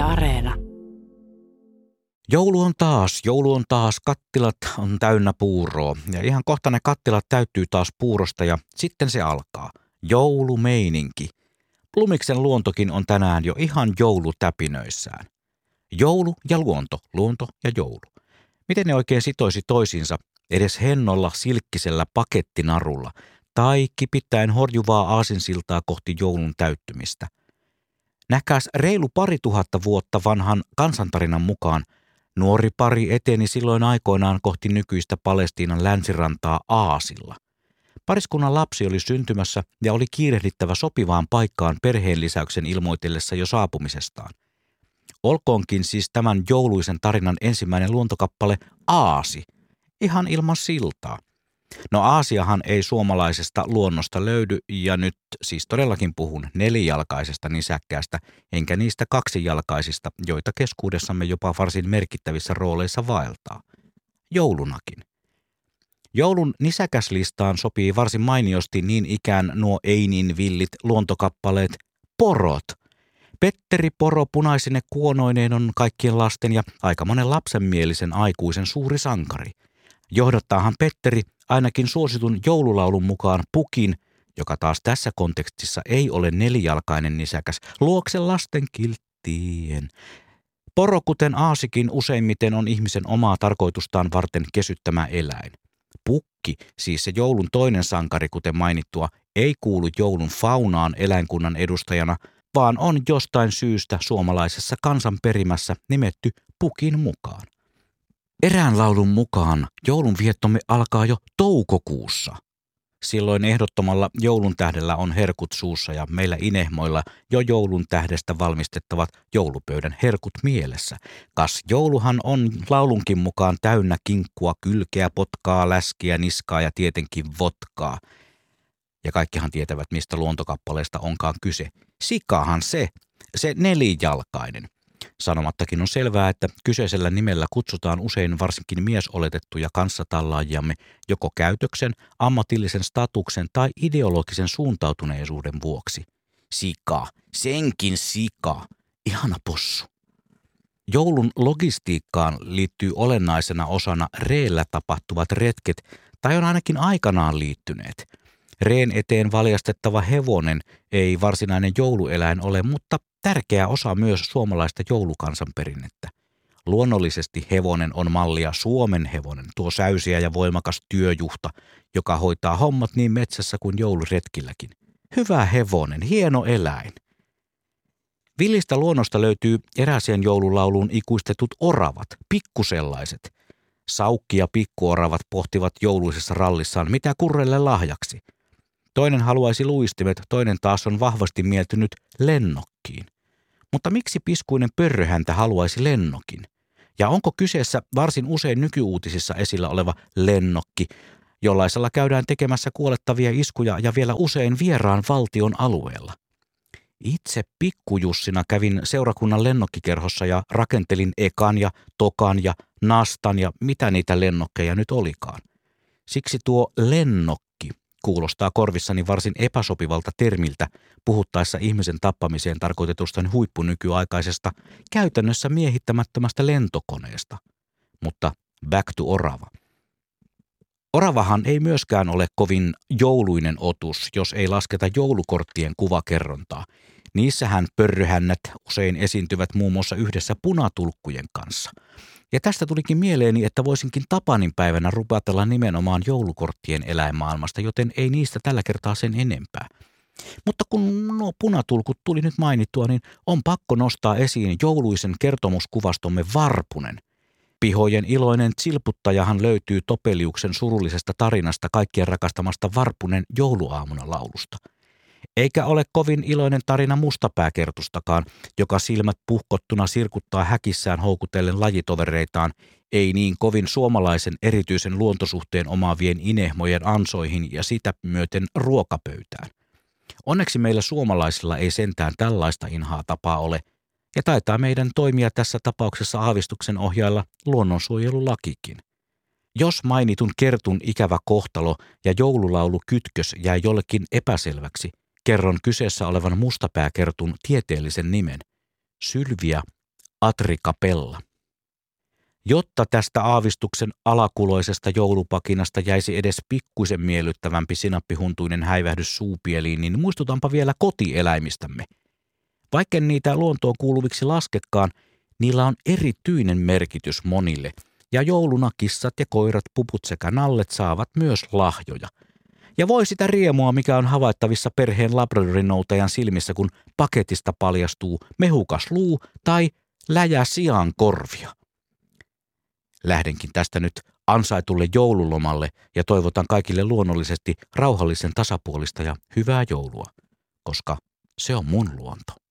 Areena. Joulu on taas, kattilat on täynnä puuroa ja ihan kohta ne kattilat täyttyy taas puurosta ja sitten se alkaa. Joulumeininki. Plumiksen luontokin on tänään jo ihan joulutäpinöissään. Joulu ja luonto ja joulu. Miten ne oikein sitoisi toisiinsa edes hennolla silkkisellä pakettinarulla tai kipittäen horjuvaa aasinsiltaa kohti joulun täyttymistä? Näkäs reilu 2000 vuotta vanhan kansantarinan mukaan nuori pari eteni silloin aikoinaan kohti nykyistä Palestiinan länsirantaa aasilla. Pariskunnan lapsi oli syntymässä ja oli kiirehdittävä sopivaan paikkaan perheen lisäyksen ilmoitellessa jo saapumisestaan. Olkoonkin siis tämän jouluisen tarinan ensimmäinen luontokappale Aasi, ihan ilman siltaa. No Aasiahan ei suomalaisesta luonnosta löydy ja nyt siis todellakin puhun nelijalkaisesta nisäkkäästä, enkä niistä kaksijalkaisista, joita keskuudessamme jopa varsin merkittävissä rooleissa vaeltaa. Joulunakin. Joulun nisäkäslistaan sopii varsin mainiosti niin ikään nuo ei niin villit luontokappaleet porot. Petteri Poro punaisine kuonoineen on kaikkien lasten ja aika monen lapsenmielisen aikuisen suuri sankari. Johdattaahan Petteri ainakin suositun joululaulun mukaan pukin, joka taas tässä kontekstissa ei ole nelijalkainen nisäkäs, luokse lasten kilttien. Poro, kuten aasikin, useimmiten on ihmisen omaa tarkoitustaan varten kesyttämä eläin. Pukki, siis se joulun toinen sankari, kuten mainittua, ei kuulu joulun faunaan eläinkunnan edustajana, vaan on jostain syystä suomalaisessa kansanperimässä nimetty pukin mukaan. Erään laulun mukaan joulunviettomme alkaa jo toukokuussa. Silloin ehdottomalla joulun tähdellä on herkut suussa ja meillä inehmoilla jo joulun tähdestä valmistettavat joulupöydän herkut mielessä. Kas jouluhan on laulunkin mukaan täynnä kinkkua, kylkeä, potkaa, läskiä, niskaa ja tietenkin votkaa. Ja kaikkihan tietävät, mistä luontokappaleesta onkaan kyse. Sikahan se nelijalkainen. Sanomattakin on selvää, että kyseisellä nimellä kutsutaan usein varsinkin miesoletettuja kanssatallaajiamme joko käytöksen, ammatillisen statuksen tai ideologisen suuntautuneisuuden vuoksi. Sika, senkin sika, ihana possu. Joulun logistiikkaan liittyy olennaisena osana reellä tapahtuvat retket, tai on ainakin aikanaan liittyneet. Reen eteen valjastettava hevonen ei varsinainen joulueläin ole, mutta tärkeä osa myös suomalaista joulukansanperinnettä. Luonnollisesti hevonen on mallia Suomen hevonen, tuo säysiä ja voimakas työjuhta, joka hoitaa hommat niin metsässä kuin jouluretkilläkin. Hyvä hevonen, hieno eläin. Villistä luonnosta löytyy erääseen joululauluun ikuistetut oravat, pikkusellaiset. Saukki ja pikkuoravat pohtivat jouluisessa rallissaan, mitä kurrelle lahjaksi. Toinen haluaisi luistimet, toinen taas on vahvasti mieltynyt lennokkiin. Mutta miksi piskuinen pörröhäntä haluaisi lennokin? Ja onko kyseessä varsin usein nykyuutisissa esillä oleva lennokki, jollaisella käydään tekemässä kuolettavia iskuja ja vielä usein vieraan valtion alueella? Itse pikkujussina kävin seurakunnan lennokkikerhossa ja rakentelin ekan ja tokan ja nastan ja mitä niitä lennokkeja nyt olikaan. Siksi tuo lennokki kuulostaa korvissani varsin epäsopivalta termiltä puhuttaessa ihmisen tappamiseen tarkoitetusta huippunykyaikaisesta, käytännössä miehittämättömästä lentokoneesta. Mutta back to orava. Oravahan ei myöskään ole kovin jouluinen otus, jos ei lasketa joulukorttien kuvakerrontaa. Niissähän pörröhännät usein esiintyvät muun muassa yhdessä punatulkkujen kanssa. Ja tästä tulikin mieleeni, että voisinkin Tapanin päivänä rupatella nimenomaan joulukorttien eläinmaailmasta, joten ei niistä tällä kertaa sen enempää. Mutta kun nuo punatulkut tuli nyt mainittua, niin on pakko nostaa esiin jouluisen kertomuskuvastomme Varpunen. Pihojen iloinen silputtajahan löytyy Topeliuksen surullisesta tarinasta kaikkien rakastamasta Varpunen jouluaamuna laulusta. Eikä ole kovin iloinen tarina mustapääkertustakaan, joka silmät puhkottuna sirkuttaa häkissään houkutellen lajitovereitaan, ei niin kovin suomalaisen erityisen luontosuhteen omaavien inehmojen ansoihin ja sitä myöten ruokapöytään. Onneksi meillä suomalaisilla ei sentään tällaista inhaa tapaa ole, ja taitaa meidän toimia tässä tapauksessa aavistuksen ohjailla luonnonsuojelulakikin. Jos mainitun kertun ikävä kohtalo ja joululaulu kytkös jäi jollekin epäselväksi, kerron kyseessä olevan mustapääkertun tieteellisen nimen. Sylvia Atri Capella. Jotta tästä aavistuksen alakuloisesta joulupakinasta jäisi edes pikkuisen miellyttävämpi sinappihuntuinen häivähdys suupieliin, niin muistutanpa vielä kotieläimistämme. Vaikka niitä luontoon kuuluviksi laskekaan, niillä on erityinen merkitys monille, ja jouluna kissat ja koirat, puput sekä nallet saavat myös lahjoja. Ja voi sitä riemua, mikä on havaittavissa perheen labradorinoutajan silmissä, kun paketista paljastuu mehukas luu tai läjä sian korvia. Lähdenkin tästä nyt ansaitulle joululomalle ja toivotan kaikille luonnollisesti rauhallisen tasapuolista ja hyvää joulua, koska se on mun luonto.